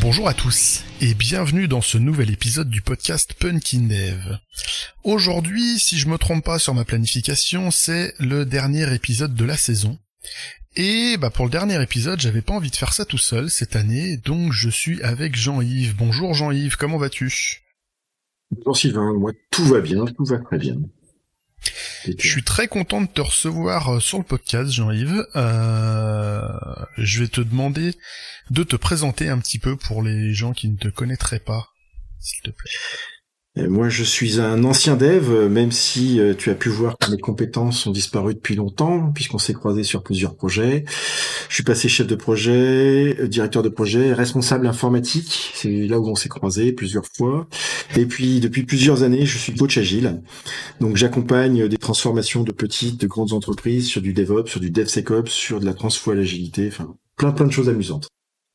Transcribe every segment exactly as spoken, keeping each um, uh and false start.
Bonjour à tous et bienvenue dans ce nouvel épisode du podcast Punkin Dev. Aujourd'hui, si je me trompe pas sur ma planification, c'est le dernier épisode de la saison. Et bah pour le dernier épisode, j'avais pas envie de faire ça tout seul cette année, donc je suis avec Jean-Yves. Bonjour Jean-Yves, comment vas-tu ? Bonjour Sylvain, moi tout va bien, tout va très bien. Je suis très content de te recevoir sur le podcast, Jean-Yves. Euh, je vais te demander de te présenter un petit peu pour les gens qui ne te connaîtraient pas, s'il te plaît. Et moi je suis un ancien dev, même si euh, tu as pu voir que mes compétences ont disparu depuis longtemps, puisqu'on s'est croisés sur plusieurs projets. Je suis passé chef de projet, euh, directeur de projet, responsable informatique, c'est là où on s'est croisés plusieurs fois. Et puis depuis plusieurs années, je suis coach agile. Donc j'accompagne des transformations de petites, de grandes entreprises sur du DevOps, sur du DevSecOps, sur de la transfo à l'agilité, enfin plein plein de choses amusantes.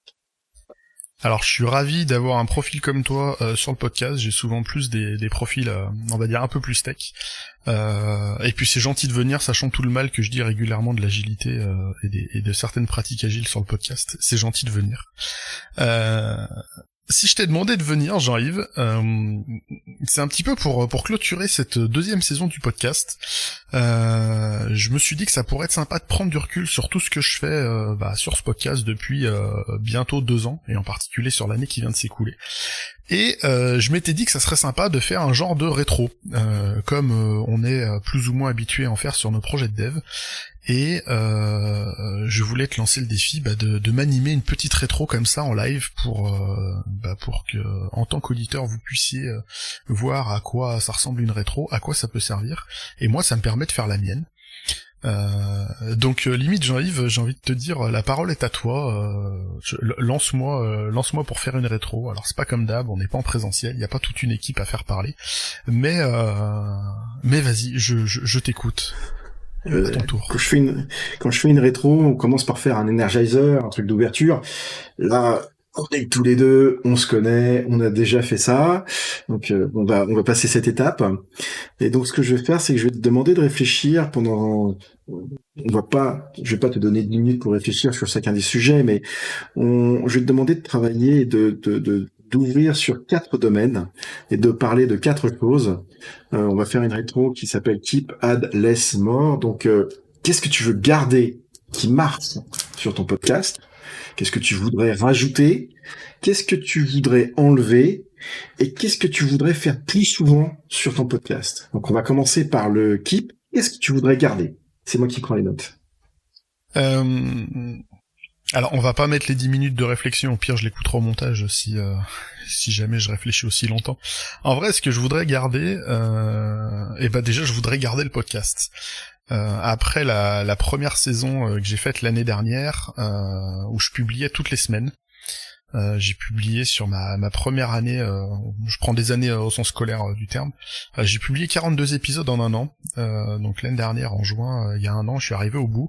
Alors je suis ravi d'avoir un profil comme toi euh, sur le podcast. J'ai souvent plus des, des profils, euh, on va dire un peu plus tech. Euh, et puis c'est gentil de venir, sachant tout le mal que je dis régulièrement de l'agilité euh, et, des, et de certaines pratiques agiles sur le podcast. C'est gentil de venir. Euh, si je t'ai demandé de venir, Jean-Yves, euh, c'est un petit peu pour pour clôturer cette deuxième saison du podcast. Euh, je me suis dit que ça pourrait être sympa de prendre du recul sur tout ce que je fais euh, bah, sur ce podcast depuis euh, bientôt deux ans, et en particulier sur l'année qui vient de s'écouler. Et euh, je m'étais dit que ça serait sympa de faire un genre de rétro, euh, comme euh, on est euh, plus ou moins habitué à en faire sur nos projets de dev. Et euh, je voulais te lancer le défi bah, de, de m'animer une petite rétro comme ça en live pour euh, bah, pour que en tant qu'auditeur vous puissiez euh, voir à quoi ça ressemble une rétro, à quoi ça peut servir. Et moi ça me permet de faire la mienne. Euh, donc euh, limite Jean-Yves, j'ai envie de te dire la parole est à toi. Euh, je, lance-moi, euh, lance-moi pour faire une rétro. Alors c'est pas comme d'hab, on n'est pas en présentiel, il y a pas toute une équipe à faire parler. Mais euh, mais vas-y, je, je, je t'écoute. Euh, à ton tour. Quand je fais une, quand je fais une rétro, on commence par faire un energizer, un truc d'ouverture. Là, on est tous les deux, on se connaît, on a déjà fait ça. Donc, euh, on va, on va passer cette étape. Et donc, ce que je vais faire, c'est que je vais te demander de réfléchir pendant, on va pas, je vais pas te donner dix minutes pour réfléchir sur chacun des sujets, mais on, je vais te demander de travailler et de, de, de, d'ouvrir sur quatre domaines et de parler de quatre choses. Euh, on va faire une rétro qui s'appelle Keep, Add, Less, More. Donc, euh, qu'est-ce que tu veux garder qui marche sur ton podcast ? Qu'est-ce que tu voudrais rajouter ? Qu'est-ce que tu voudrais enlever ? Et qu'est-ce que tu voudrais faire plus souvent sur ton podcast ? Donc, on va commencer par le Keep. Qu'est-ce que tu voudrais garder ? C'est moi qui prends les notes. Euh... Alors, on va pas mettre les dix minutes de réflexion, au pire je l'écouterai au montage si euh, si jamais je réfléchis aussi longtemps. En vrai, ce que je voudrais garder, euh, et bah déjà je voudrais garder le podcast. Euh, après la, la première saison euh, que j'ai faite l'année dernière, euh, où je publiais toutes les semaines, Euh, j'ai publié sur ma, ma première année, euh, je prends des années euh, au sens scolaire euh, du terme, euh, j'ai publié quarante-deux épisodes en un an, euh, donc l'année dernière en juin, euh, il y a un an, je suis arrivé au bout,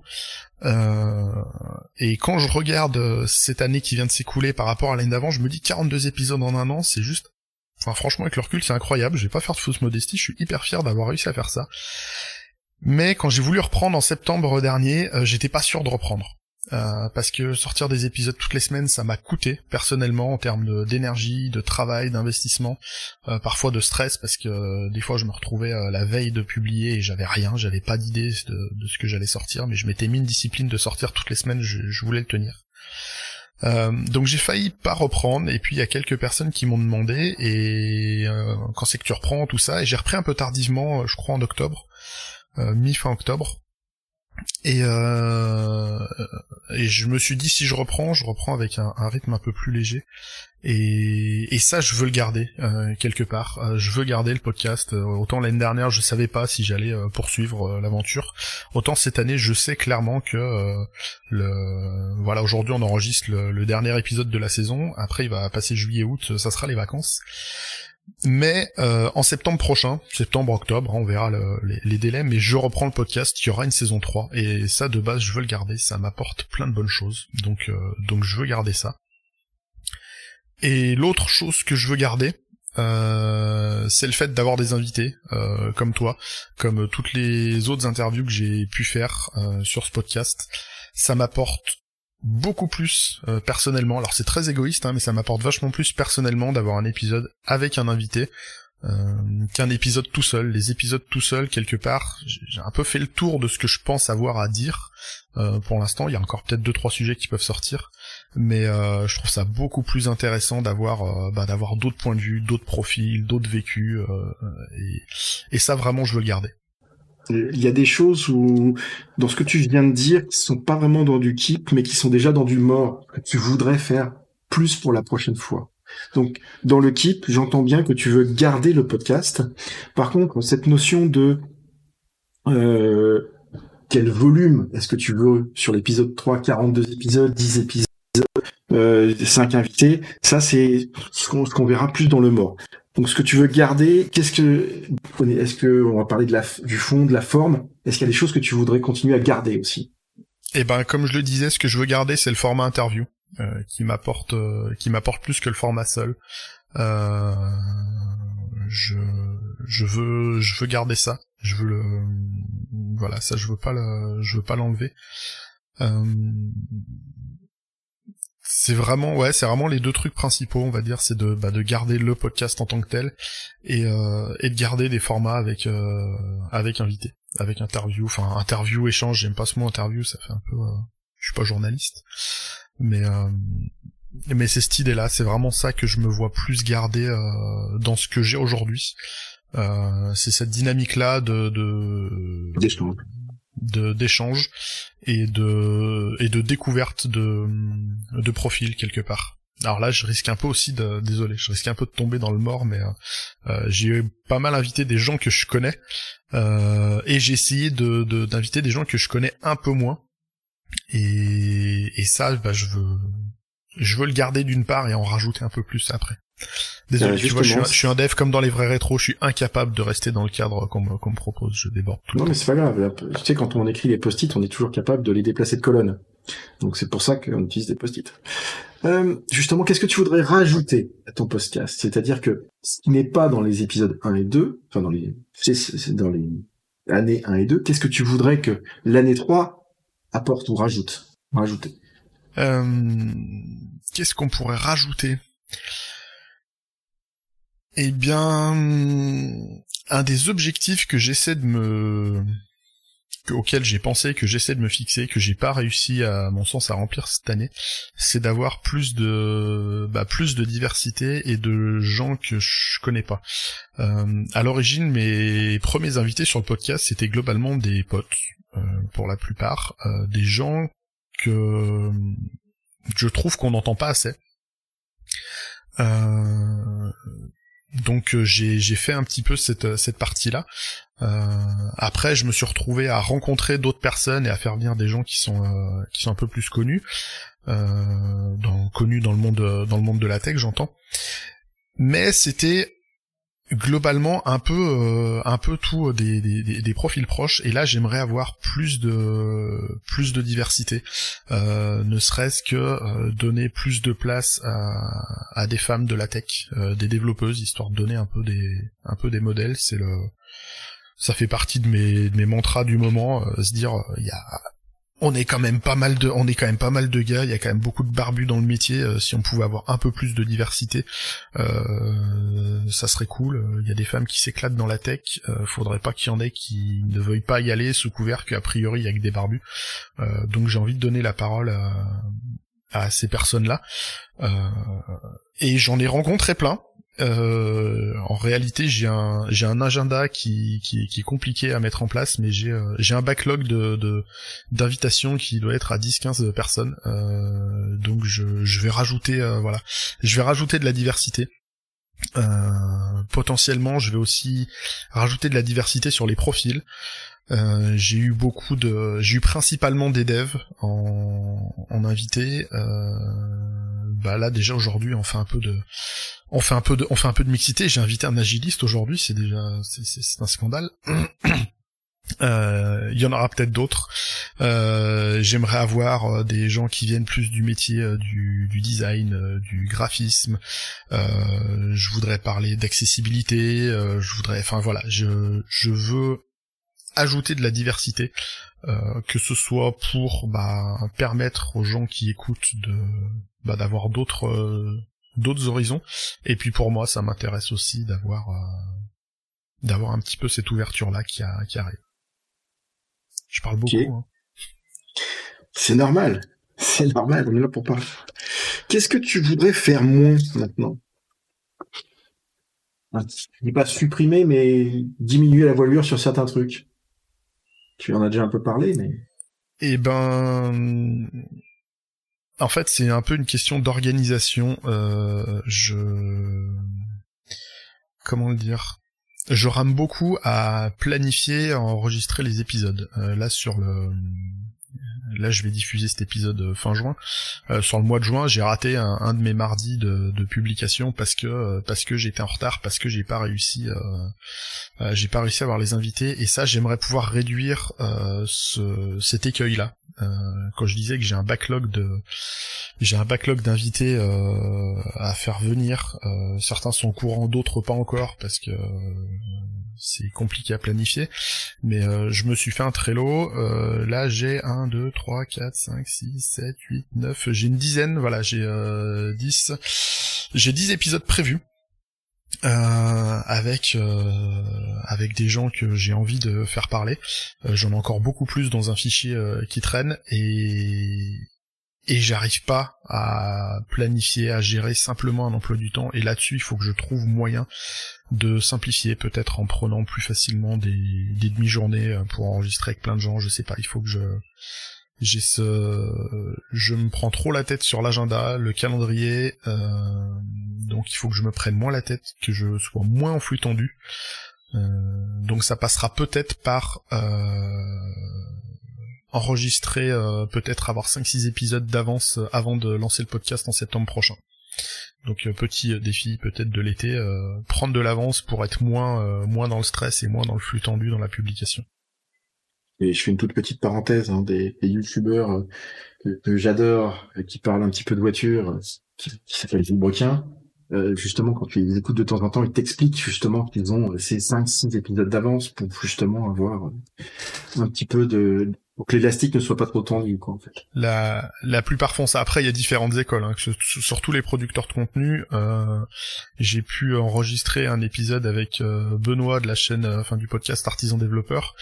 euh, et quand je regarde euh, cette année qui vient de s'écouler par rapport à l'année d'avant, je me dis quarante-deux épisodes en un an, c'est juste, enfin franchement avec le recul c'est incroyable, je vais pas faire de fausse modestie, je suis hyper fier d'avoir réussi à faire ça, mais quand j'ai voulu reprendre en septembre dernier, euh, j'étais pas sûr de reprendre. Euh, parce que sortir des épisodes toutes les semaines, ça m'a coûté personnellement en termes de, d'énergie, de travail, d'investissement, euh, parfois de stress parce que euh, des fois je me retrouvais euh, la veille de publier et j'avais rien, j'avais pas d'idée de, de ce que j'allais sortir, mais je m'étais mis une discipline de sortir toutes les semaines, je, je voulais le tenir. Euh, donc j'ai failli pas reprendre et puis il y a quelques personnes qui m'ont demandé et euh, quand c'est que tu reprends tout ça, et j'ai repris un peu tardivement, je crois en octobre, euh, mi-fin octobre. Et, euh, et je me suis dit si je reprends, je reprends avec un, un rythme un peu plus léger. Et, et ça, je veux le garder euh, quelque part. Euh, je veux garder le podcast. Euh, autant l'année dernière, je savais pas si j'allais euh, poursuivre euh, l'aventure. Autant cette année, je sais clairement que euh, le voilà, aujourd'hui, on enregistre le, le dernier épisode de la saison. Après, il va passer juillet-août, ça sera les vacances. Mais euh, en septembre prochain, septembre-octobre, hein, on verra le, les, les délais, mais je reprends le podcast, il y aura une saison trois, et ça de base je veux le garder, ça m'apporte plein de bonnes choses, donc euh, donc je veux garder ça. Et l'autre chose que je veux garder, euh, c'est le fait d'avoir des invités, euh, comme toi, comme toutes les autres interviews que j'ai pu faire euh, sur ce podcast, ça m'apporte beaucoup plus euh, personnellement. Alors c'est très égoïste, hein, mais ça m'apporte vachement plus personnellement d'avoir un épisode avec un invité euh, qu'un épisode tout seul. Les épisodes tout seul, quelque part, j'ai un peu fait le tour de ce que je pense avoir à dire. Euh, pour l'instant, il y a encore peut-être deux trois sujets qui peuvent sortir, mais euh, je trouve ça beaucoup plus intéressant d'avoir euh, bah, d'avoir d'autres points de vue, d'autres profils, d'autres vécus, euh, et, et ça vraiment je veux le garder. Il y a des choses où, dans ce que tu viens de dire, qui sont pas vraiment dans du keep, mais qui sont déjà dans du mort, que tu voudrais faire plus pour la prochaine fois. Donc, dans le keep, j'entends bien que tu veux garder le podcast. Par contre, cette notion de euh, quel volume est-ce que tu veux sur l'épisode trois, quarante-deux épisodes, dix épisodes, euh, cinq invités, ça c'est ce qu'on, ce qu'on verra plus dans le mort. Donc, ce que tu veux garder, qu'est-ce que, est-ce que, on va parler de la, du fond, de la forme, est-ce qu'il y a des choses que tu voudrais continuer à garder aussi? Eh ben, comme je le disais, ce que je veux garder, c'est le format interview, euh, qui m'apporte, euh, qui m'apporte plus que le format seul. Euh, je, je veux, je veux garder ça. Je veux le, voilà, ça, je veux pas le, je veux pas l'enlever. Euh, c'est vraiment, ouais, c'est vraiment les deux trucs principaux, on va dire, c'est de, bah, de garder le podcast en tant que tel et, euh, et de garder des formats avec, euh, avec invités, avec interview, enfin interview, échange. J'aime pas ce mot interview, ça fait un peu, euh, je suis pas journaliste, mais euh, mais c'est cette idée-là, c'est vraiment ça que je me vois plus garder euh, dans ce que j'ai aujourd'hui. Euh, c'est cette dynamique-là de, de de d'échange et de et de découverte de de profil quelque part. Alors là, je risque un peu aussi de, désolé, je risque un peu de tomber dans le mort, mais euh, j'ai pas mal invité des gens que je connais euh, et j'ai essayé de, de d'inviter des gens que je connais un peu moins. Et et ça, bah je veux je veux le garder d'une part et en rajouter un peu plus après. Désolé, euh, tu vois, je suis, un, je suis un dev comme dans les vrais rétros, je suis incapable de rester dans le cadre qu'on me, qu'on me propose, je déborde tout. Non, mais c'est pas grave. Tu sais, quand on écrit les post-it, on est toujours capable de les déplacer de colonne. Donc c'est pour ça qu'on utilise des post-it. Euh, justement, qu'est-ce que tu voudrais rajouter à ton podcast? C'est-à-dire que ce qui n'est pas dans les épisodes un et deux, enfin dans les, c'est, c'est dans les années un et deux, qu'est-ce que tu voudrais que l'année trois apporte ou rajoute, rajouter? Euh, qu'est-ce qu'on pourrait rajouter? Eh bien, un des objectifs que j'essaie de me, auquel j'ai pensé, que j'essaie de me fixer, que j'ai pas réussi à mon sens à remplir cette année, c'est d'avoir plus de, bah, plus de diversité et de gens que je connais pas. Euh, à l'origine, mes premiers invités sur le podcast, c'était globalement des potes, euh, pour la plupart, euh, des gens que je trouve qu'on n'entend pas assez. Euh, donc j'ai j'ai fait un petit peu cette cette partie-là. Euh, après, je me suis retrouvé à rencontrer d'autres personnes et à faire venir des gens qui sont euh, qui sont un peu plus connus, euh, dans, connus dans le monde dans le monde de la tech, j'entends. Mais c'était globalement un peu euh, un peu tout des, des des profils proches, et là j'aimerais avoir plus de plus de diversité, euh, ne serait-ce que euh, donner plus de place à à des femmes de la tech, euh, des développeuses, histoire de donner un peu des un peu des modèles. C'est le ça fait partie de mes de mes mantras du moment, euh, se dire il y a on est quand même pas mal de on est quand même pas mal de gars, il y a quand même beaucoup de barbus dans le métier, euh, si on pouvait avoir un peu plus de diversité, euh, ça serait cool. Il y a des femmes qui s'éclatent dans la tech, euh, faudrait pas qu'il y en ait qui ne veuillent pas y aller sous couvert qu'a priori il y a que des barbus. Euh, donc j'ai envie de donner la parole à, à ces personnes-là. Euh, et j'en ai rencontré plein. Euh, en réalité, j'ai un j'ai un agenda qui qui, qui est compliqué à mettre en place, mais j'ai euh, j'ai un backlog de, de d'invitations qui doit être à dix quinze personnes. Euh, donc je je vais rajouter euh, voilà, je vais rajouter de la diversité. Euh, potentiellement, je vais aussi rajouter de la diversité sur les profils. Euh, j'ai eu beaucoup de, j'ai eu principalement des devs en, en invité. Euh, bah là déjà aujourd'hui on fait un peu de, on fait un peu de, on fait un peu de mixité. J'ai invité un agiliste aujourd'hui, c'est déjà, c'est, c'est, c'est un scandale. Il euh, y en aura peut-être d'autres. Euh, j'aimerais avoir des gens qui viennent plus du métier euh, du, du design, euh, du graphisme. Euh, je voudrais parler d'accessibilité. Euh, je voudrais, enfin voilà, je, je veux ajouter de la diversité, euh, que ce soit pour bah, permettre aux gens qui écoutent de bah, d'avoir d'autres euh, d'autres horizons, et puis pour moi ça m'intéresse aussi d'avoir euh, d'avoir un petit peu cette ouverture là qui, a, qui arrive. Je parle beaucoup. Okay. Hein. C'est normal, c'est normal, on est là pour parler. Qu'est-ce que tu voudrais faire moins maintenant? Je dis pas supprimer, mais diminuer la voilure sur certains trucs. Tu en as déjà un peu parlé, mais... Eh ben... En fait, c'est un peu une question d'organisation. Euh, je... Comment le dire ? Je rame beaucoup à planifier, à enregistrer les épisodes. Euh, là, sur le... Là, je vais diffuser cet épisode fin juin. Euh, sur le mois de juin, j'ai raté un, un de mes mardis de, de publication parce que euh, parce que j'étais en retard, parce que j'ai pas réussi, euh, euh, j'ai pas réussi à avoir les invités. Et ça, j'aimerais pouvoir réduire euh, ce, cet écueil-là. Euh, quand je disais que j'ai un backlog de, j'ai un backlog d'invités euh, à faire venir. Euh, certains sont au courant, d'autres pas encore parce que euh, c'est compliqué à planifier. Mais euh, je me suis fait un Trello. Euh, là, j'ai un, deux, trois, quatre, cinq, six, sept, huit, neuf. J'ai une dizaine. Voilà, j'ai euh, dix. J'ai dix épisodes prévus. Euh, avec euh, avec des gens que j'ai envie de faire parler. Euh, j'en ai encore beaucoup plus dans un fichier euh, qui traîne et et j'arrive pas à planifier, à gérer simplement un emploi du temps. Et là-dessus, il faut que je trouve moyen de simplifier, peut-être en prenant plus facilement des des demi-journées pour enregistrer avec plein de gens. Je sais pas. Il faut que je j'ai ce je me prends trop la tête sur l'agenda, le calendrier, euh... donc il faut que je me prenne moins la tête, que je sois moins en flux tendu. Euh... donc ça passera peut-être par euh... enregistrer, euh, peut-être avoir cinq six épisodes d'avance avant de lancer le podcast en septembre prochain. Donc euh, petit défi peut-être de l'été, euh, prendre de l'avance pour être moins euh, moins dans le stress et moins dans le flux tendu dans la publication. Et je fais une toute petite parenthèse, hein, des, des youtubeurs euh, que, que j'adore, euh, qui parlent un petit peu de voiture, euh, qui, qui s'appellent Vilebrequin. Euh, justement, quand tu les écoutes de temps en temps, ils t'expliquent justement qu'ils ont ces cinq six épisodes d'avance pour justement avoir euh, un petit peu de... pour que l'élastique ne soit pas trop tendu, quoi, en fait. La, la plupart font ça. Après, il y a différentes écoles, hein, que ce, sur tous les producteurs de contenu. Euh, j'ai pu enregistrer un épisode avec euh, Benoît de la chaîne, euh, enfin du podcast Artisan Développeur.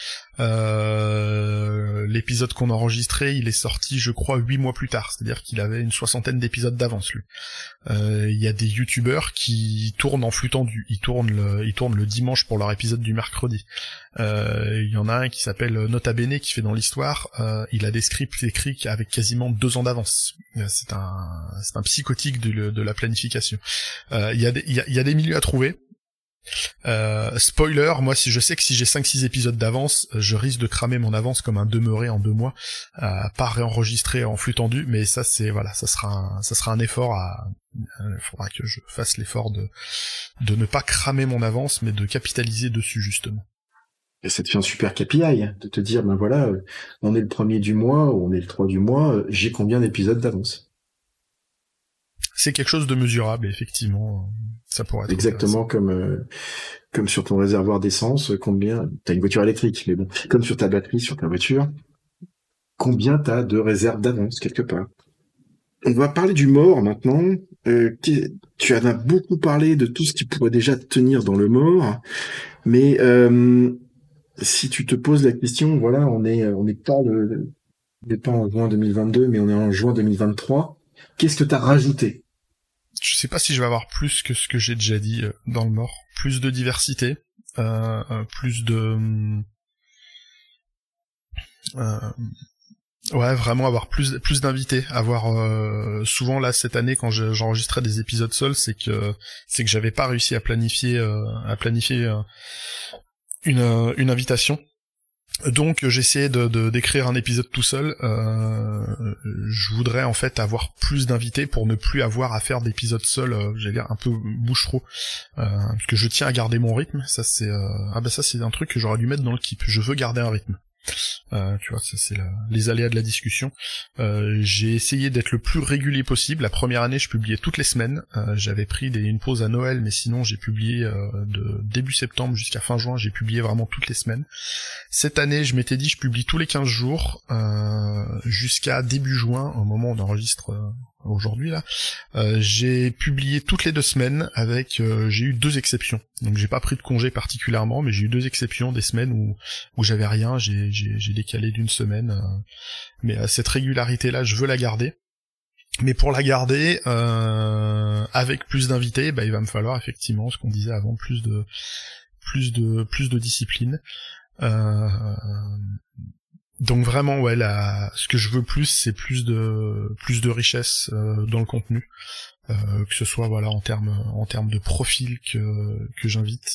Euh, l'épisode qu'on a enregistré, il est sorti, je crois, huit mois plus tard. C'est-à-dire qu'il avait une soixantaine d'épisodes d'avance, lui. Euh, il y a des youtubeurs qui tournent en flux tendu. Ils tournent le, ils tournent le dimanche pour leur épisode du mercredi. Euh, il y en a un qui s'appelle Nota Bene, qui fait dans l'histoire. Euh, il a des scripts écrits avec quasiment deux ans d'avance. C'est un, c'est un psychotique de, de la planification. Euh, il y a des, il y a, il y a des milieux à trouver. Euh, spoiler, moi si je sais que si j'ai cinq six épisodes d'avance, je risque de cramer mon avance comme un demeuré en deux mois, euh, pas réenregistrer en flux tendu, mais ça c'est voilà, ça sera un, ça sera un effort à, il faudra que je fasse l'effort de de ne pas cramer mon avance, mais de capitaliser dessus justement. Et ça te fait un super K P I, de te dire ben voilà, on est le premier du mois, ou on est le trois du mois, j'ai combien d'épisodes d'avance? C'est quelque chose de mesurable, effectivement. Ça pourrait être exactement comme euh, comme sur ton réservoir d'essence, combien t'as une voiture électrique, mais bon, comme sur ta batterie sur ta voiture, combien t'as de réserves d'avance quelque part. On va parler du mort maintenant. Euh, tu en as beaucoup parlé de tout ce qui pourrait déjà te tenir dans le mort, mais euh, si tu te poses la question, voilà, on est on n'est pas le on n'est pas en juin deux mille vingt-deux, mais on est en juin deux mille vingt-trois. Qu'est-ce que t'as rajouté? Je sais pas si je vais avoir plus que ce que j'ai déjà dit dans le mort. Plus de diversité, euh, plus de... Euh, ouais, vraiment avoir plus plus d'invités. Avoir euh, souvent là cette année quand je, j'enregistrais des épisodes seuls, c'est que c'est que j'avais pas réussi à planifier euh, à planifier euh, une une invitation. Donc j'essayais de, de d'écrire un épisode tout seul. Euh, je voudrais en fait avoir plus d'invités pour ne plus avoir à faire d'épisodes seuls. Euh, j'allais dire un peu bouche-trou, euh, parce que je tiens à garder mon rythme. Ça c'est euh, ah bah ça c'est un truc que j'aurais dû mettre dans le keep. Je veux garder un rythme. Euh, tu vois, ça c'est la, les aléas de la discussion. Euh, j'ai essayé d'être le plus régulier possible. La première année, je publiais toutes les semaines. Euh, j'avais pris des, une pause à Noël, mais sinon j'ai publié euh, de début septembre jusqu'à fin juin. J'ai publié vraiment toutes les semaines. Cette année, je m'étais dit, je publie tous les quinze jours euh, jusqu'à début juin, au moment où on enregistre euh, aujourd'hui là. Euh, j'ai publié toutes les deux semaines avec, euh, j'ai eu deux exceptions. Donc j'ai pas pris de congé particulièrement, mais j'ai eu deux exceptions, des semaines où où j'avais rien. J'ai j'ai, j'ai décalé d'une semaine. Euh, mais euh, cette régularité là, je veux la garder. Mais pour la garder, euh, avec plus d'invités, bah il va me falloir effectivement ce qu'on disait avant, plus de plus de plus de discipline. Euh, donc vraiment ouais la, ce que je veux plus c'est plus de plus de richesse euh, dans le contenu, euh, que ce soit voilà en termes en termes de profil que que j'invite,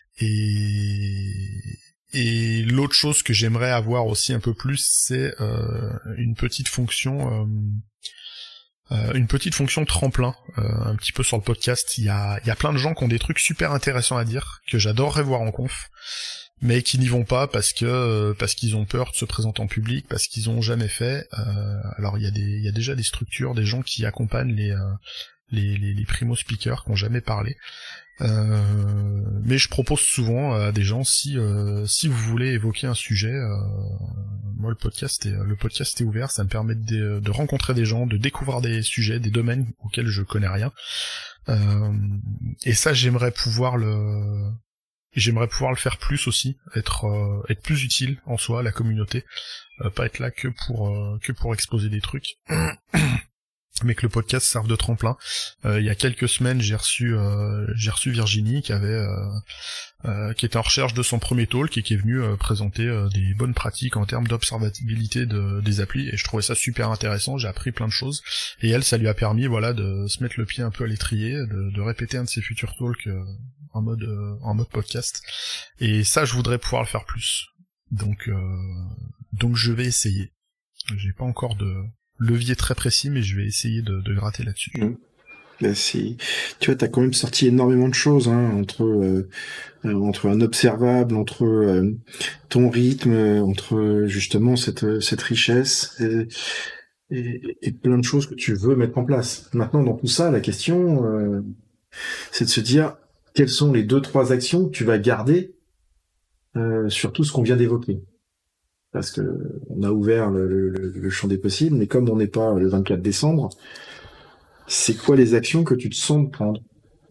et et l'autre chose que j'aimerais avoir aussi un peu plus, c'est euh, une petite fonction euh, euh, une petite fonction tremplin euh, un petit peu sur le podcast. Il y a il y a plein de gens qui ont des trucs super intéressants à dire que j'adorerais voir en conf, mais qui n'y vont pas parce que parce qu'ils ont peur de se présenter en public, parce qu'ils ont jamais fait. Euh, alors il y a des il y a déjà des structures, des gens qui accompagnent les euh, les, les les primo speakers qui ont jamais parlé. Euh, mais je propose souvent à des gens, si euh, si vous voulez évoquer un sujet, euh, moi le podcast est le podcast est ouvert, ça me permet de, de rencontrer des gens, de découvrir des sujets, des domaines auxquels je connais rien. Euh, et ça j'aimerais pouvoir le J'aimerais pouvoir le faire plus aussi, être euh, être plus utile en soi à la communauté, euh, pas être là que pour euh, que pour exposer des trucs, mais que le podcast serve de tremplin. Euh, il y a quelques semaines, j'ai reçu euh, j'ai reçu Virginie qui avait euh, euh, qui était en recherche de son premier talk et qui est venue euh, présenter euh, des bonnes pratiques en termes d'observabilité de, des applis, et je trouvais ça super intéressant. J'ai appris plein de choses, et elle, ça lui a permis voilà de se mettre le pied un peu à l'étrier, de, de répéter un de ses futurs talks euh, en mode euh, en mode podcast, et ça je voudrais pouvoir le faire plus, donc euh, donc je vais essayer. J'ai pas encore de levier très précis, mais je vais essayer de, de gratter là-dessus. Mmh. Ben si, tu vois, t'as quand même sorti énormément de choses, hein, entre euh, entre un observable, entre euh, ton rythme, entre justement cette cette richesse et, et, et plein de choses que tu veux mettre en place. Maintenant, dans tout ça, la question, euh, c'est de se dire quelles sont les deux trois actions que tu vas garder euh, sur tout ce qu'on vient d'évoquer. Parce que on a ouvert le, le, le champ des possibles, mais comme on n'est pas le vingt-quatre décembre, c'est quoi les actions que tu te sens de prendre?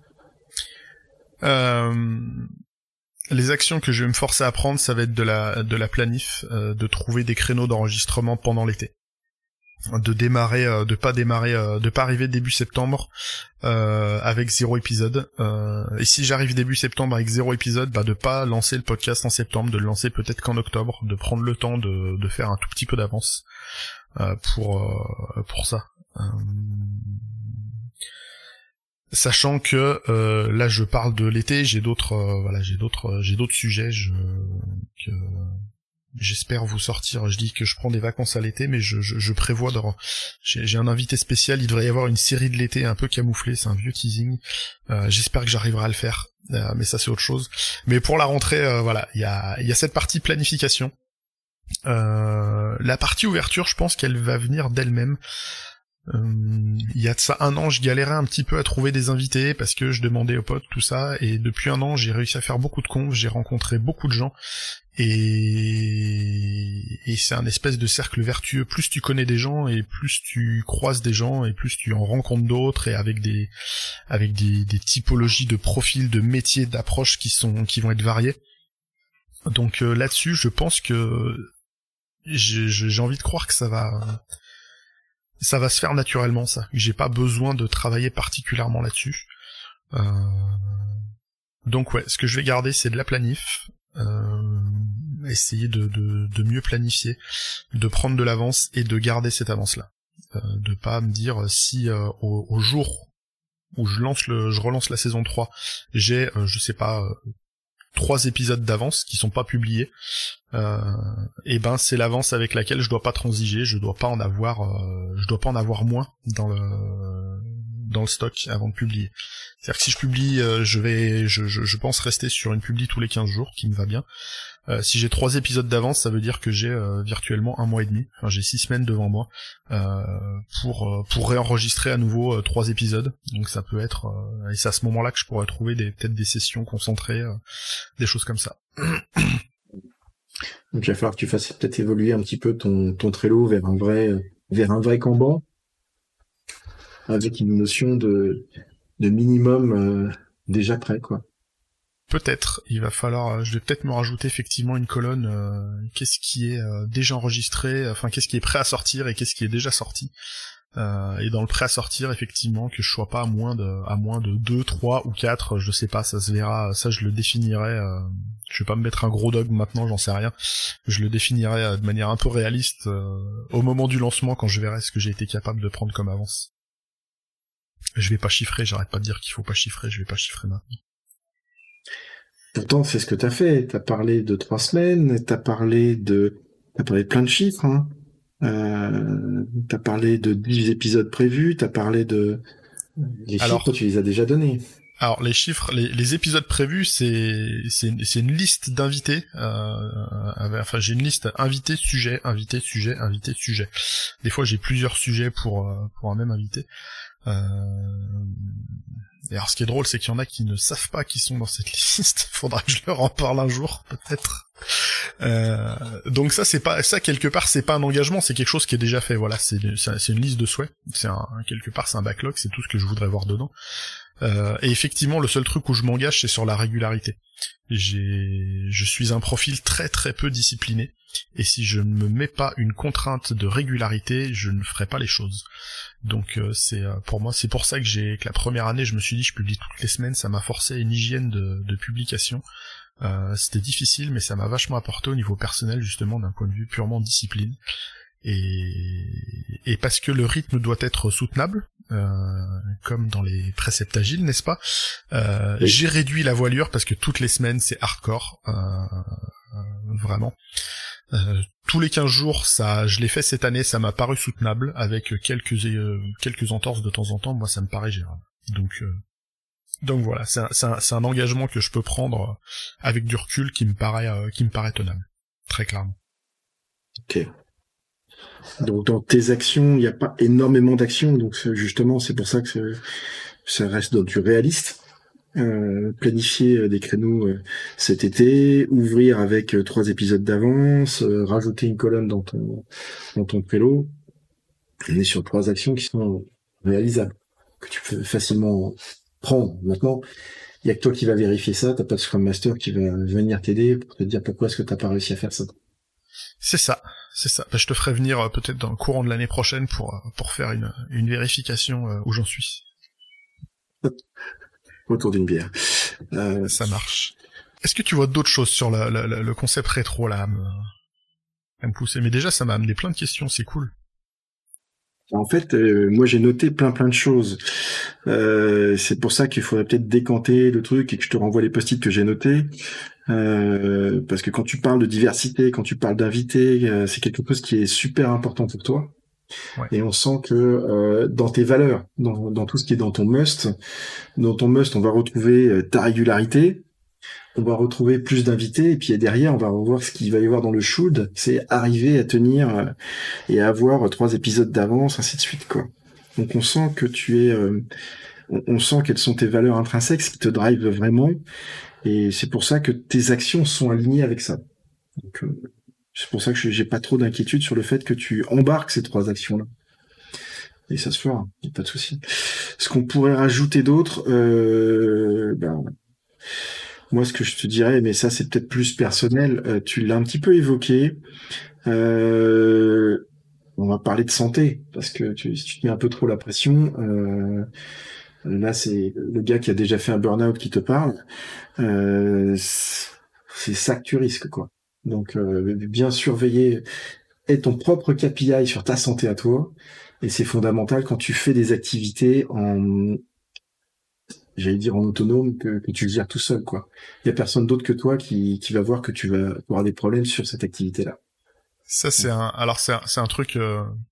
euh, Les actions que je vais me forcer à prendre, ça va être de la de la planif, euh, de trouver des créneaux d'enregistrement pendant l'été, de démarrer, euh, de pas démarrer, euh, de pas arriver début septembre euh, avec zéro épisode. Euh, et si j'arrive début septembre avec zéro épisode, bah de pas lancer le podcast en septembre, de le lancer peut-être qu'en octobre, de prendre le temps de de faire un tout petit peu d'avance euh, pour euh, pour ça. Euh, Sachant que euh, là je parle de l'été, j'ai d'autres euh, voilà j'ai d'autres euh, j'ai d'autres sujets je, que j'espère vous sortir. Je dis que je prends des vacances à l'été, mais je, je, je prévois de j'ai, j'ai un invité spécial. Il devrait y avoir une série de l'été un peu camouflée, c'est un vieux teasing. Euh, j'espère que j'arriverai à le faire, euh, mais ça c'est autre chose. Mais pour la rentrée, euh, voilà, il y a il y a cette partie planification. Euh, la partie ouverture, je pense qu'elle va venir d'elle-même. Il euh, y a de ça un an, je galérais un petit peu à trouver des invités parce que je demandais aux potes tout ça, et depuis un an j'ai réussi à faire beaucoup de confs, j'ai rencontré beaucoup de gens, et, et c'est un espèce de cercle vertueux. Plus tu connais des gens et plus tu croises des gens et plus tu en rencontres d'autres, et avec des avec des, des typologies de profils, de métiers, d'approches qui sont qui vont être variées. Donc euh, là-dessus, je pense que j'ai, j'ai envie de croire que ça va ça va se faire naturellement, ça. J'ai pas besoin de travailler particulièrement là-dessus. Euh... Donc ouais, ce que je vais garder, c'est de la planif, euh... essayer de, de, de mieux planifier, de prendre de l'avance et de garder cette avance-là. Euh, de pas me dire si euh, au, au jour où je lance le, je relance la saison trois, j'ai, euh, je sais pas, euh, trois épisodes d'avance qui sont pas publiés, euh, et ben c'est l'avance avec laquelle je dois pas transiger, je dois pas en avoir, euh, je dois pas en avoir moins dans le dans le stock avant de publier. C'est-à-dire que si je publie, euh, je vais, je, je, je pense rester sur une publi tous les quinze jours, qui me va bien. Euh, si j'ai trois épisodes d'avance, ça veut dire que j'ai euh, virtuellement un mois et demi. Enfin, j'ai six semaines devant moi euh, pour euh, pour réenregistrer à nouveau euh, trois épisodes. Donc ça peut être, euh, et c'est à ce moment-là que je pourrais trouver des peut-être des sessions concentrées, euh, des choses comme ça. Donc il va falloir que tu fasses peut-être évoluer un petit peu ton ton Trello vers un vrai vers un vrai Kanban, avec une notion de de minimum euh, déjà prêt, quoi. Peut-être, il va falloir, je vais peut-être me rajouter effectivement une colonne, euh, qu'est-ce qui est euh, déjà enregistré, enfin qu'est-ce qui est prêt à sortir et qu'est-ce qui est déjà sorti. Euh, et dans le prêt à sortir, effectivement, que je sois pas à moins de, à moins de deux, trois ou quatre, je sais pas, ça se verra, ça je le définirai, euh, je vais pas me mettre un gros dogme maintenant, j'en sais rien, je le définirai euh, de manière un peu réaliste euh, au moment du lancement quand je verrai ce que j'ai été capable de prendre comme avance. Je vais pas chiffrer, j'arrête pas de dire qu'il faut pas chiffrer, je vais pas chiffrer maintenant. Pourtant, c'est ce que t'as fait. T'as parlé de trois semaines, t'as parlé de, t'as parlé de plein de chiffres, hein. Euh, t'as parlé de dix épisodes prévus, t'as parlé de, les Alors, chiffres, tu les as déjà donnés. Alors les chiffres, les, les épisodes prévus, c'est c'est c'est une liste d'invités. Euh, avec, enfin, j'ai une liste invité, sujet, invité, sujet, invité, sujet. Des fois, j'ai plusieurs sujets pour pour un même invité. Euh... Et alors, ce qui est drôle, c'est qu'il y en a qui ne savent pas qu'ils sont dans cette liste. Faudra que je leur en parle un jour, peut-être. Euh... Donc ça, c'est pas ça quelque part, c'est pas un engagement, c'est quelque chose qui est déjà fait. Voilà, c'est c'est une liste de souhaits. C'est un quelque part, c'est un backlog, c'est tout ce que je voudrais voir dedans. Euh, et effectivement, le seul truc où je m'engage, c'est sur la régularité. J'ai, je suis un profil très très peu discipliné, et si je ne me mets pas une contrainte de régularité, je ne ferai pas les choses. Donc euh, c'est euh, pour moi, c'est pour ça que j'ai, que la première année, je me suis dit, je publie toutes les semaines, ça m'a forcé à une hygiène de, de publication. Euh, c'était difficile, mais ça m'a vachement apporté au niveau personnel, justement, d'un point de vue purement discipline. Et, et parce que le rythme doit être soutenable, euh, comme dans les préceptes agiles, n'est-ce pas, euh, oui. J'ai réduit la voilure parce que toutes les semaines c'est hardcore, euh, euh, vraiment. Euh, tous les quinze jours, ça, je l'ai fait cette année, ça m'a paru soutenable, avec quelques euh, quelques entorses de temps en temps, moi ça me paraît gérable. Donc euh, donc voilà, c'est un, c'est un, c'est un engagement que je peux prendre avec du recul qui me paraît euh, qui me paraît tenable, très clairement. Ok. Donc dans tes actions, il n'y a pas énormément d'actions, donc justement c'est pour ça que ça reste dans du réaliste. Euh, planifier des créneaux euh, cet été, ouvrir avec euh, trois épisodes d'avance, euh, rajouter une colonne dans ton dans ton Trello. On est sur trois actions qui sont réalisables, que tu peux facilement prendre. Maintenant, il y a que toi qui va vérifier ça, t'as pas de Scrum Master qui va venir t'aider pour te dire pourquoi est-ce que t'as pas réussi à faire ça. C'est ça, c'est ça. Bah, je te ferai venir euh, peut-être dans le courant de l'année prochaine pour euh, pour faire une une vérification euh, où j'en suis. Autour d'une bière. Euh... Ça marche. Est-ce que tu vois d'autres choses sur la, la, la, le concept rétro là à me, à me pousser? Mais déjà, ça m'a amené plein de questions, c'est cool. En fait, euh, moi j'ai noté plein plein de choses. Euh, c'est pour ça qu'il faudrait peut-être décanter le truc et que je te renvoie les post-it que j'ai notés. Euh, parce que quand tu parles de diversité, quand tu parles d'invités, euh, c'est quelque chose qui est super important pour toi. Ouais. Et on sent que euh, dans tes valeurs, dans, dans tout ce qui est dans ton must, dans ton must, on va retrouver euh, ta régularité, on va retrouver plus d'invités, et puis derrière, on va revoir ce qu'il va y avoir dans le should, c'est arriver à tenir euh, et à avoir euh, trois épisodes d'avance, ainsi de suite, quoi. Donc on sent que tu es, euh, on, on sent quelles sont tes valeurs intrinsèques, ce qui te drive vraiment, et c'est pour ça que tes actions sont alignées avec ça. Donc, euh, c'est pour ça que j'ai pas trop d'inquiétude sur le fait que tu embarques ces trois actions-là. Et ça se fera, y a pas de souci. Ce qu'on pourrait rajouter d'autre, euh, ben, moi, ce que je te dirais, mais ça, c'est peut-être plus personnel, euh, tu l'as un petit peu évoqué, euh, on va parler de santé, parce que tu, si tu te mets un peu trop la pression, euh, là, c'est le gars qui a déjà fait un burn-out qui te parle, euh, c'est ça que tu risques, quoi. Donc, euh, bien surveiller, est ton propre K P I sur ta santé à toi, et c'est fondamental quand tu fais des activités en, j'allais dire en autonome, que, que tu le gères tout seul, quoi. Il y a personne d'autre que toi qui, qui va voir que tu vas avoir des problèmes sur cette activité-là. Ça, c'est un, alors c'est un, c'est un truc, euh,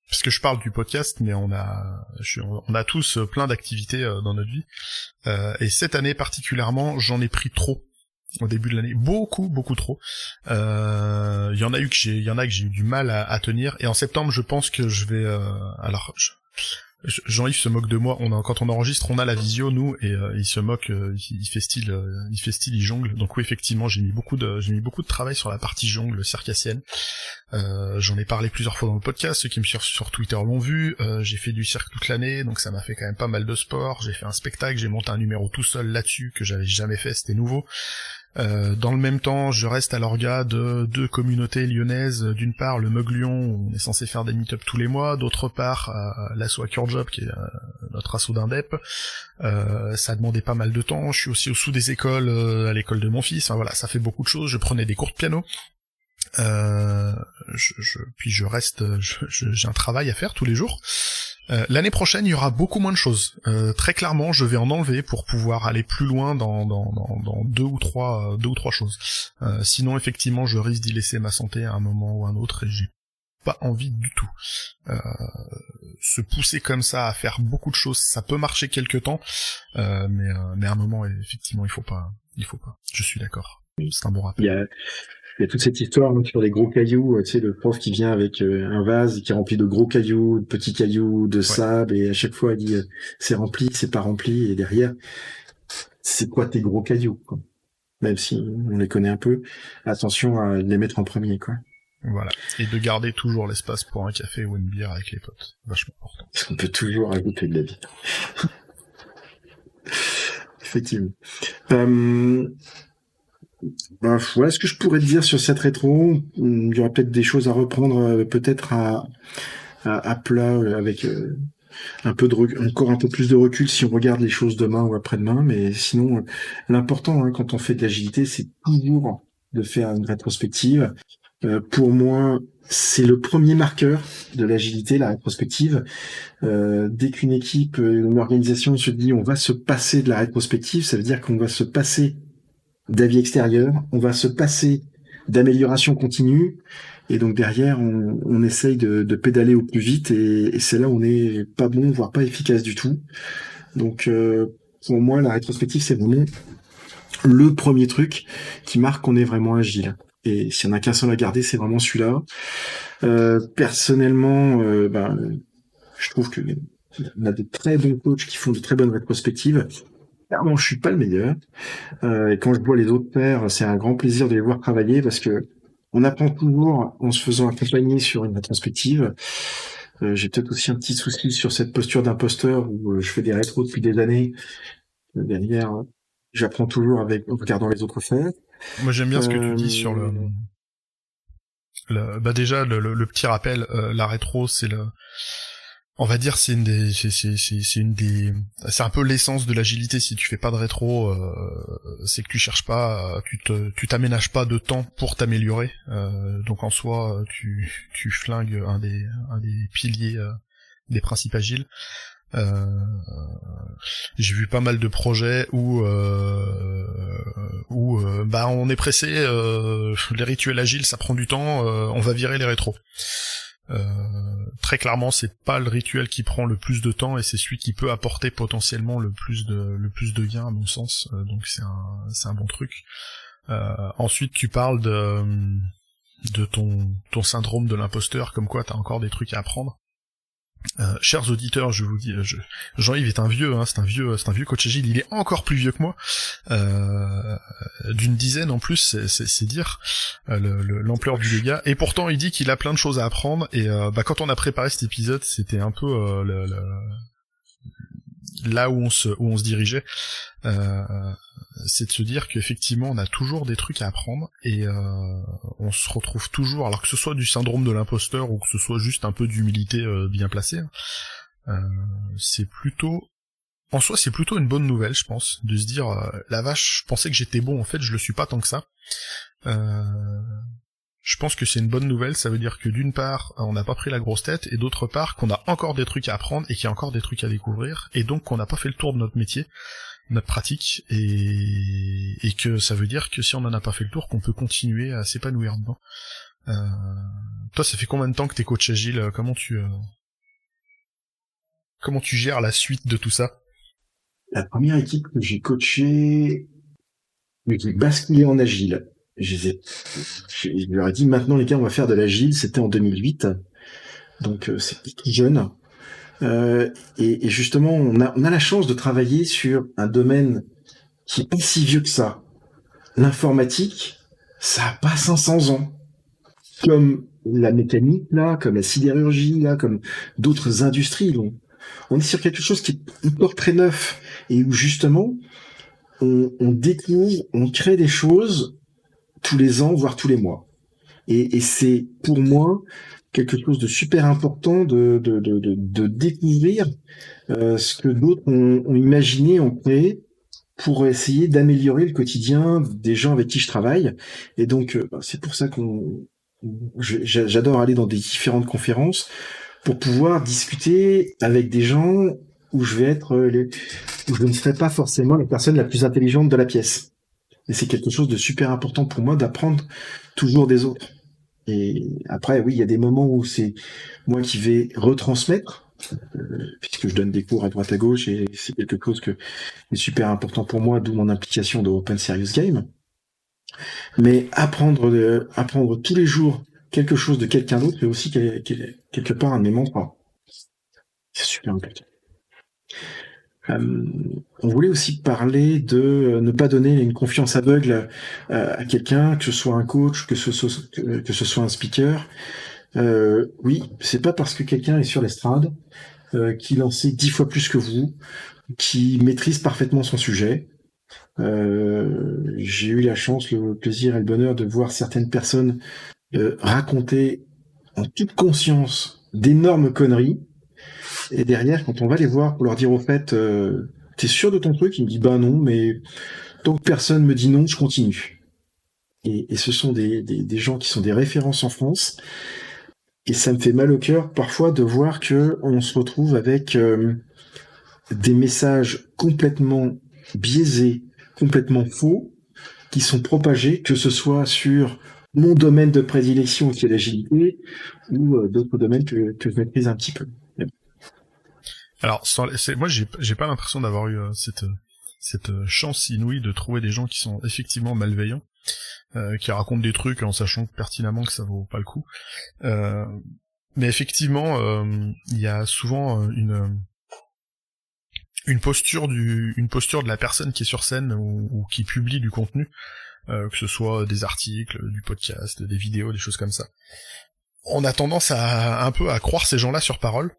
parce que je parle du podcast, mais on a, je, on a tous plein d'activités euh, dans notre vie. Euh, et cette année particulièrement, j'en ai pris trop. Au début de l'année, beaucoup, beaucoup trop. Il euh, y en a eu que j'ai, il y en a que j'ai eu du mal à, à tenir. Et en septembre, je pense que je vais. Euh, alors, je, Jean-Yves se moque de moi. On a, quand on enregistre, on a la visio nous, et euh, il se moque. Euh, il, il fait style, euh, il fait style, il jongle. Donc oui, effectivement, j'ai mis beaucoup de, j'ai mis beaucoup de travail sur la partie jongle circassienne. Euh, j'en ai parlé plusieurs fois dans le podcast. Ceux qui me suivent sur Twitter l'ont vu. Euh, j'ai fait du cirque toute l'année, donc ça m'a fait quand même pas mal de sport. J'ai fait un spectacle, j'ai monté un numéro tout seul là-dessus que j'avais jamais fait. C'était nouveau. Euh, dans le même temps, je reste à l'orga de deux communautés lyonnaises. D'une part, le Mug Lyon, où on est censé faire des meet-up tous les mois. D'autre part, euh, l'asso Job, qui est euh, notre asso d'Indep. Euh, ça a demandé pas mal de temps. Je suis aussi au sous des écoles, euh, à l'école de mon fils. Enfin voilà, ça fait beaucoup de choses. Je prenais des cours de piano. Euh, je, je, puis je reste, je, je, j'ai un travail à faire tous les jours. Euh, l'année prochaine, il y aura beaucoup moins de choses. Euh, très clairement, je vais en enlever pour pouvoir aller plus loin dans, dans, dans, dans deux ou trois, deux ou trois choses. Euh, sinon, effectivement, je risque d'y laisser ma santé à un moment ou un autre, et j'ai pas envie du tout. Euh, se pousser comme ça à faire beaucoup de choses, ça peut marcher quelque temps, euh, mais, euh, mais à un moment, effectivement, il faut pas, il faut pas. Je suis d'accord. C'est un bon rappel. Il y a... Il y a toute cette histoire hein, sur les gros cailloux, tu sais, le prof qui vient avec euh, un vase qui est rempli de gros cailloux, de petits cailloux, de ouais. sable, et à chaque fois il dit euh, c'est rempli, c'est pas rempli, et derrière, c'est quoi tes gros cailloux, quoi. Même si on les connaît un peu, attention à les mettre en premier, quoi. Voilà. Et de garder toujours l'espace pour un café ou une bière avec les potes. Vachement important. Parce qu'on peut toujours ajouter de la bière. Effectivement. Euh... Ben, voilà ce que je pourrais te dire sur cette rétro. Il y aura peut-être des choses à reprendre, peut-être à, à, à plat, avec euh, un peu de rec- encore un peu plus de recul si on regarde les choses demain ou après-demain. Mais sinon, l'important hein, quand on fait de l'agilité, c'est toujours de faire une rétrospective. Euh, pour moi, c'est le premier marqueur de l'agilité, la rétrospective. Euh, dès qu'une équipe, une organisation se dit on va se passer de la rétrospective, ça veut dire qu'on va se passer d'avis extérieur, on va se passer d'amélioration continue, et donc derrière, on, on essaye de, de pédaler au plus vite, et, et c'est là où on n'est pas bon, voire pas efficace du tout. Donc, euh, pour moi, la rétrospective, c'est vraiment le premier truc qui marque qu'on est vraiment agile. Et s'il y en a qu'un seul à garder, c'est vraiment celui-là. Euh, personnellement, euh, ben, je trouve que on a de très bons coachs qui font de très bonnes rétrospectives. Clairement, je suis pas le meilleur. Euh, et quand je vois les autres faire, c'est un grand plaisir de les voir travailler parce que on apprend toujours en se faisant accompagner sur une rétrospective. Euh, j'ai peut-être aussi un petit souci sur cette posture d'imposteur où euh, je fais des rétros depuis des années. Euh, derrière, j'apprends toujours avec en regardant les autres faire. Moi, j'aime bien euh... ce que tu dis sur le, le bah déjà le, le, le petit rappel. Euh, la rétro, c'est le On va dire c'est une des c'est c'est c'est c'est une des c'est un peu l'essence de l'agilité. Si tu fais pas de rétro, euh, c'est que tu cherches pas, tu te tu t'aménages pas de temps pour t'améliorer. Euh, donc en soi, tu tu flingues un des un des piliers euh, des principes agiles. Euh, j'ai vu pas mal de projets où euh, où euh, bah on est pressé, euh, les rituels agiles ça prend du temps, euh, on va virer les rétros. Euh, très clairement, c'est pas le rituel qui prend le plus de temps et c'est celui qui peut apporter potentiellement le plus de le plus de gains à mon sens. Euh, donc c'est un c'est un bon truc. Euh, ensuite, tu parles de de ton ton syndrome de l'imposteur, comme quoi t'as encore des trucs à apprendre. Euh, chers auditeurs, je vous dis, je, Jean-Yves est un vieux, hein, c'est un vieux, c'est un vieux coach agile. Il est encore plus vieux que moi, euh, d'une dizaine en plus, c'est, c'est, c'est dire euh, le, le, l'ampleur du dégât. Et pourtant, il dit qu'il a plein de choses à apprendre. Et euh, bah, quand on a préparé cet épisode, c'était un peu euh, le, le, là où on se, où on se dirigeait. Euh, c'est de se dire qu'effectivement on a toujours des trucs à apprendre et euh, on se retrouve toujours, alors que ce soit du syndrome de l'imposteur ou que ce soit juste un peu d'humilité euh, bien placée, euh, c'est plutôt, en soi c'est plutôt une bonne nouvelle, je pense, de se dire euh, la vache, je pensais que j'étais bon, en fait je le suis pas tant que ça. Euh, je pense que c'est une bonne nouvelle, ça veut dire que d'une part on n'a pas pris la grosse tête et d'autre part qu'on a encore des trucs à apprendre et qu'il y a encore des trucs à découvrir et donc qu'on n'a pas fait le tour de notre métier, notre pratique, et, et que ça veut dire que si on en a pas fait le tour, qu'on peut continuer à s'épanouir dedans. Euh, toi, ça fait combien de temps que t'es coach agile? Comment tu, euh, comment tu gères la suite de tout ça? La première équipe que j'ai coachée, mais qui basculé en agile. Je, les ai, je, je leur ai dit, maintenant les gars, on va faire de l'agile. C'était en deux mille huit, donc euh, c'est tout jeune. Euh, et, et justement, on a, on a la chance de travailler sur un domaine qui est pas si vieux que ça. L'informatique, ça a pas cinq cents ans. Comme la mécanique, là, comme la sidérurgie, là, comme d'autres industries. Donc, on est sur quelque chose qui est encore très neuf et où justement, on, on découvre, on crée des choses tous les ans, voire tous les mois. Et, et c'est pour moi quelque chose de super important de, de, de, de, de découvrir euh, ce que d'autres ont, ont imaginé, ont créé pour essayer d'améliorer le quotidien des gens avec qui je travaille. Et donc, euh, c'est pour ça qu'on j'adore aller dans des différentes conférences pour pouvoir discuter avec des gens où je vais être les, où je ne serai pas forcément la personne la plus intelligente de la pièce. Et c'est quelque chose de super important pour moi d'apprendre toujours des autres. Et après, oui, il y a des moments où c'est moi qui vais retransmettre, euh, puisque je donne des cours à droite à gauche et c'est quelque chose que est super important pour moi, d'où mon implication de Open Serious Game. Mais apprendre, euh, apprendre tous les jours quelque chose de quelqu'un d'autre est aussi quelque part un de mes mantras. C'est super important. Euh, on voulait aussi parler de ne pas donner une confiance aveugle euh, à quelqu'un, que ce soit un coach, que ce soit, que, que ce soit un speaker. Euh, oui, c'est pas parce que quelqu'un est sur l'estrade euh, qu'il en sait dix fois plus que vous, qui maîtrise parfaitement son sujet. Euh, j'ai eu la chance, le plaisir et le bonheur de voir certaines personnes euh, raconter en toute conscience d'énormes conneries. Et derrière, quand on va les voir pour leur dire au fait, euh, t'es sûr de ton truc? Il me dit bah non, mais tant que personne me dit non, je continue. Et, et ce sont des, des, des gens qui sont des références en France. Et ça me fait mal au cœur parfois de voir que on se retrouve avec euh, des messages complètement biaisés, complètement faux, qui sont propagés, que ce soit sur mon domaine de prédilection qui est l'agilité, ou euh, d'autres domaines que, que je maîtrise un petit peu. Alors, c'est, moi, j'ai, j'ai pas l'impression d'avoir eu euh, cette, cette chance inouïe de trouver des gens qui sont effectivement malveillants, euh, qui racontent des trucs en sachant pertinemment que ça vaut pas le coup. Euh, mais effectivement, il euh, y a souvent une une posture du, une posture de la personne qui est sur scène ou, ou qui publie du contenu, euh, que ce soit des articles, du podcast, des vidéos, des choses comme ça. On a tendance à un peu à croire ces gens-là sur parole.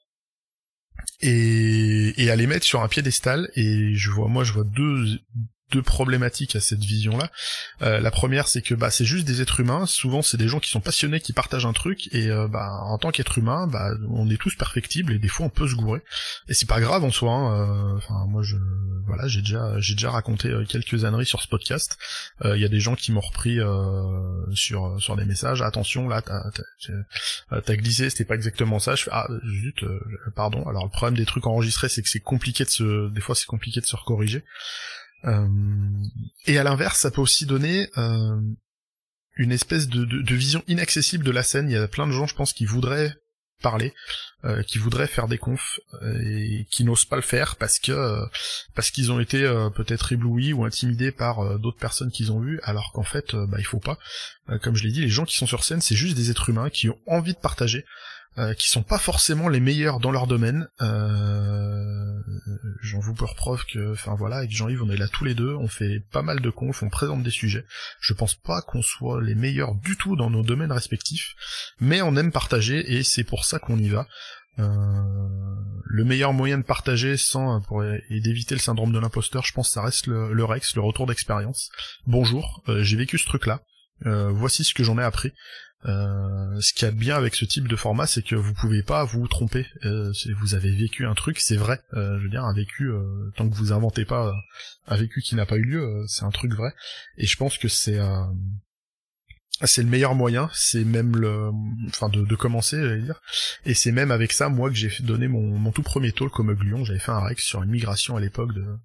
Et, et à les mettre sur un piédestal, et je vois, moi je vois deux, deux problématiques à cette vision-là. Euh, la première, c'est que bah c'est juste des êtres humains. Souvent, c'est des gens qui sont passionnés, qui partagent un truc, et euh, bah en tant qu'être humain, bah on est tous perfectibles, et des fois on peut se gourer. Et c'est pas grave en soi. Hein. Enfin, moi je, voilà, j'ai déjà, j'ai déjà raconté quelques âneries sur ce podcast. Il euh, y a des gens qui m'ont repris euh, sur sur des messages. Attention, là, t'as, t'as, t'as glissé, c'était pas exactement ça. Je fais ah zut, euh, pardon. Alors le problème des trucs enregistrés, c'est que c'est compliqué de se, des fois c'est compliqué de se recorriger. Euh, et à l'inverse, ça peut aussi donner euh, une espèce de, de, de vision inaccessible de la scène. Il y a plein de gens, je pense, qui voudraient parler, euh, qui voudraient faire des confs euh, et qui n'osent pas le faire parce que euh, parce qu'ils ont été euh, peut-être éblouis ou intimidés par euh, d'autres personnes qu'ils ont vues, alors qu'en fait, euh, bah il faut pas. Euh, comme je l'ai dit, les gens qui sont sur scène, c'est juste des êtres humains qui ont envie de partager. Euh, qui sont pas forcément les meilleurs dans leur domaine. Euh, j'en vous pour preuve que, enfin voilà, avec Jean-Yves, on est là tous les deux, on fait pas mal de confs, on présente des sujets. Je pense pas qu'on soit les meilleurs du tout dans nos domaines respectifs, mais on aime partager et c'est pour ça qu'on y va. Euh, le meilleur moyen de partager sans pour et d'éviter le syndrome de l'imposteur, je pense, ça reste le, le Rex, le retour d'expérience. Bonjour, euh, j'ai vécu ce truc-là. Euh, voici ce que j'en ai appris. Euh, ce qu'il y a de bien avec ce type de format, c'est que vous pouvez pas vous tromper. Euh, vous avez vécu un truc, c'est vrai. Euh, je veux dire, un vécu, euh, tant que vous inventez pas euh, un vécu qui n'a pas eu lieu, euh, c'est un truc vrai. Et je pense que c'est euh, c'est le meilleur moyen. C'est même le, enfin de, de commencer, j'allais dire. Et c'est même avec ça, moi, que j'ai donné mon, mon tout premier talk au Meuglion. J'avais fait un Rex sur une migration à l'époque de.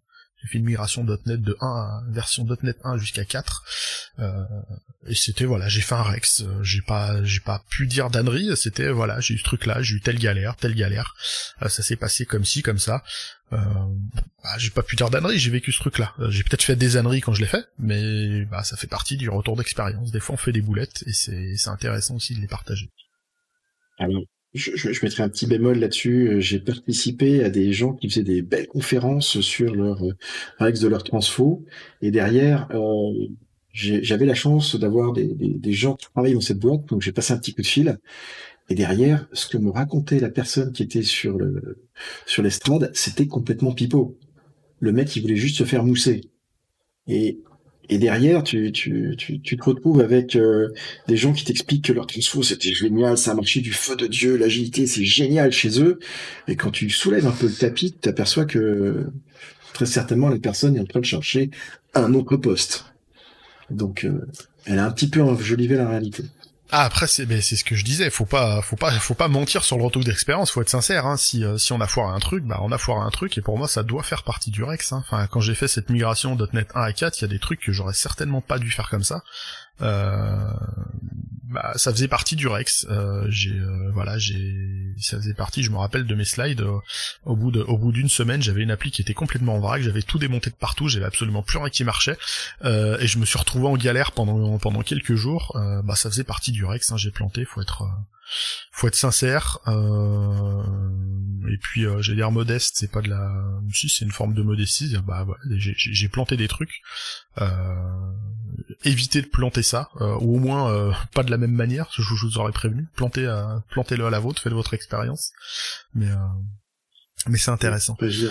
J'ai fait une migration .NET de un à version .NET un jusqu'à quatre. Euh, et c'était voilà, j'ai fait un Rex. J'ai pas, j'ai pas pu dire d'ânerie. C'était voilà, j'ai eu ce truc-là, j'ai eu telle galère, telle galère. Euh, ça s'est passé comme ci, comme ça. Euh, bah, j'ai pas pu dire d'ânerie, j'ai vécu ce truc-là. Euh, j'ai peut-être fait des âneries quand je l'ai fait, mais bah ça fait partie du retour d'expérience. Des fois, on fait des boulettes et c'est, c'est intéressant aussi de les partager. Alors, je, je, je mettrai un petit bémol là-dessus. J'ai participé à des gens qui faisaient des belles conférences sur leur euh, règles de leur transfo, et derrière, euh, j'ai- j'avais la chance d'avoir des, des, des gens qui travaillent dans cette boîte, donc j'ai passé un petit coup de fil. Et derrière, ce que me racontait la personne qui était sur le sur l'estrade, c'était complètement pipeau. Le mec, il voulait juste se faire mousser. Et et derrière, tu tu tu, tu te retrouves avec euh, des gens qui t'expliquent que leur transfo c'était génial, ça a marché du feu de Dieu, l'agilité c'est génial chez eux. Et quand tu soulèves un peu le tapis, tu t'aperçois que très certainement la personne est en train de chercher un autre poste. Donc, euh, elle a un petit peu enjolivé la réalité. Ah, après c'est mais c'est ce que je disais, faut pas faut pas faut pas mentir sur le retour d'expérience, faut être sincère hein, si euh, si on a foiré un truc, bah on a foiré un truc et pour moi ça doit faire partie du Rex hein. Enfin quand j'ai fait cette migration .NET un à quatre, il y a des trucs que j'aurais certainement pas dû faire comme ça. Euh bah ça faisait partie du Rex. Euh j'ai euh, voilà, j'ai ça faisait partie, je me rappelle de mes slides euh, au bout de au bout d'une semaine, j'avais une appli qui était complètement en vrac, j'avais tout démonté de partout, j'avais absolument plus rien qui marchait euh, et je me suis retrouvé en galère pendant pendant quelques jours. Euh, bah ça faisait partie du Rex hein, j'ai planté, faut être euh, faut être sincère euh, et puis euh, j'allais dire modeste, c'est pas de la si c'est une forme de modestie, bah ouais, j'ai j'ai planté des trucs. Euh, évitez de planter ça, euh, ou au moins euh, pas de la même manière, je, je vous aurais prévenu, plantez à, plantez-le à la vôtre, faites votre expérience, mais euh, mais c'est intéressant. Je,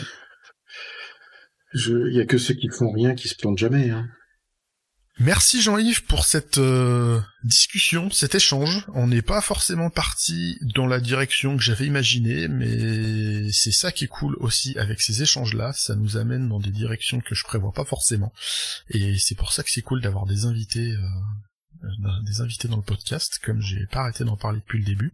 je, y a que ceux qui font rien qui se plantent jamais. Hein. Merci Jean-Yves pour cette euh, discussion, cet échange. On n'est pas forcément parti dans la direction que j'avais imaginée, mais c'est ça qui est cool aussi avec ces échanges-là, ça nous amène dans des directions que je prévois pas forcément. Et c'est pour ça que c'est cool d'avoir des invités, euh, des invités dans le podcast, comme j'ai pas arrêté d'en parler depuis le début.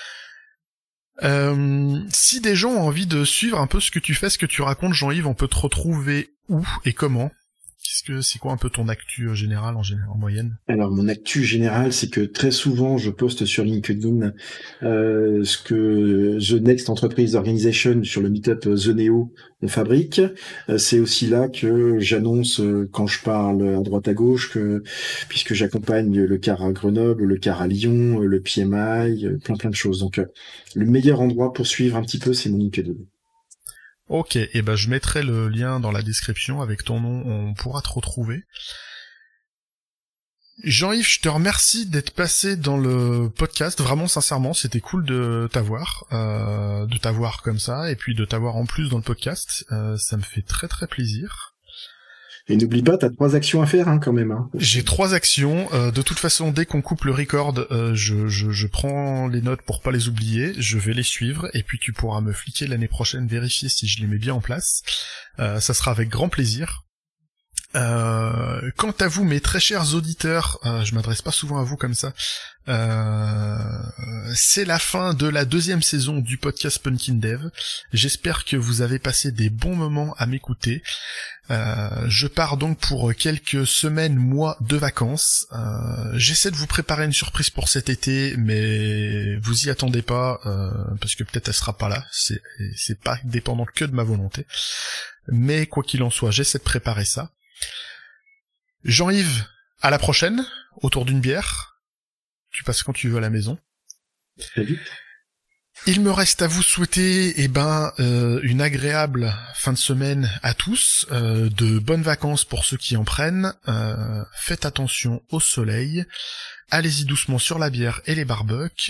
Euh, si des gens ont envie de suivre un peu ce que tu fais, ce que tu racontes, Jean-Yves, on peut te retrouver où et comment ? Qu'est-ce que c'est quoi un peu ton actu général en, général, en moyenne ? Alors mon actu général, c'est que très souvent je poste sur LinkedIn euh, ce que The Next Enterprise Organization sur le meetup The Neo on fabrique. Euh, c'est aussi là que j'annonce euh, quand je parle à droite à gauche que puisque j'accompagne le C A R à Grenoble, le C A R à Lyon, le P M I, euh, plein plein de choses. Donc euh, le meilleur endroit pour suivre un petit peu, c'est mon LinkedIn. Ok, et ben je mettrai le lien dans la description avec ton nom, on pourra te retrouver. Jean-Yves, je te remercie d'être passé dans le podcast, vraiment sincèrement, c'était cool de t'avoir, euh, de t'avoir comme ça, et puis de t'avoir en plus dans le podcast, euh, ça me fait très très plaisir. Et n'oublie pas, t'as trois actions à faire hein, quand même. Hein. J'ai trois actions. Euh, de toute façon, dès qu'on coupe le record, euh, je, je, je prends les notes pour pas les oublier. Je vais les suivre et puis tu pourras me fliquer l'année prochaine, vérifier si je les mets bien en place. Euh, ça sera avec grand plaisir. Euh, quant à vous, mes très chers auditeurs, euh, je m'adresse pas souvent à vous comme ça. Euh, c'est la fin de la deuxième saison du podcast Punkin Dev. J'espère que vous avez passé des bons moments à m'écouter. Euh, je pars donc pour quelques semaines, mois de vacances. Euh, j'essaie de vous préparer une surprise pour cet été, mais vous y attendez pas, euh, parce que peut-être elle sera pas là. C'est, c'est pas dépendant que de ma volonté. Mais quoi qu'il en soit, j'essaie de préparer ça. Jean-Yves, à la prochaine, autour d'une bière. Tu passes quand tu veux à la maison. Salut. Il me reste à vous souhaiter eh ben euh, une agréable fin de semaine à tous, euh, de bonnes vacances pour ceux qui en prennent, euh, faites attention au soleil, allez-y doucement sur la bière et les barbecues,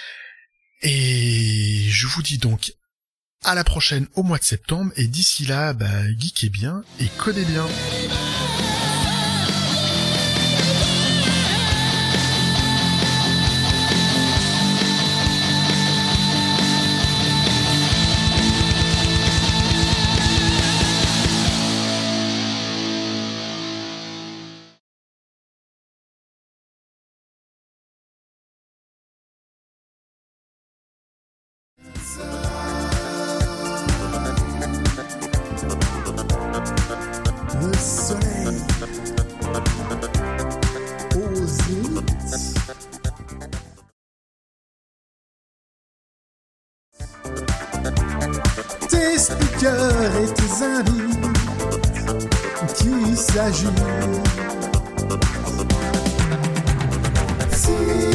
et je vous dis donc à la prochaine au mois de septembre, et d'ici là, bah, geekez bien et codez bien. fleurs et tes invites qui s'agitent. Si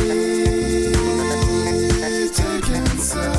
t'es comme ça.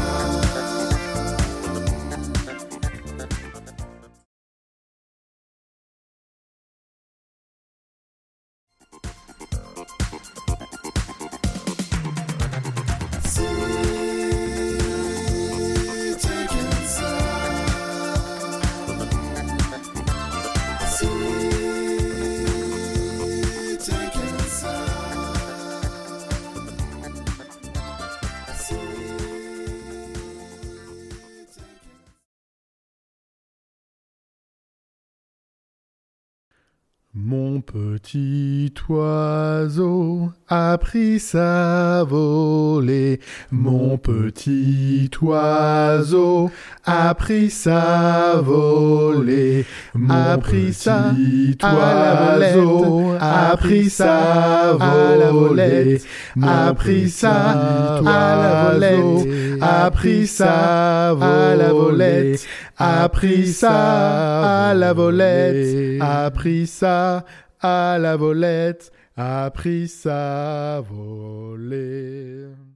Mon petit oiseau a pris sa volée. Mon petit oiseau a pris sa volée. Mon petit oiseau a pris sa volée. A pris sa à la volette. A pris sa à la volette. A pris ça à la volette. A pris ça à la volette. A pris sa volée.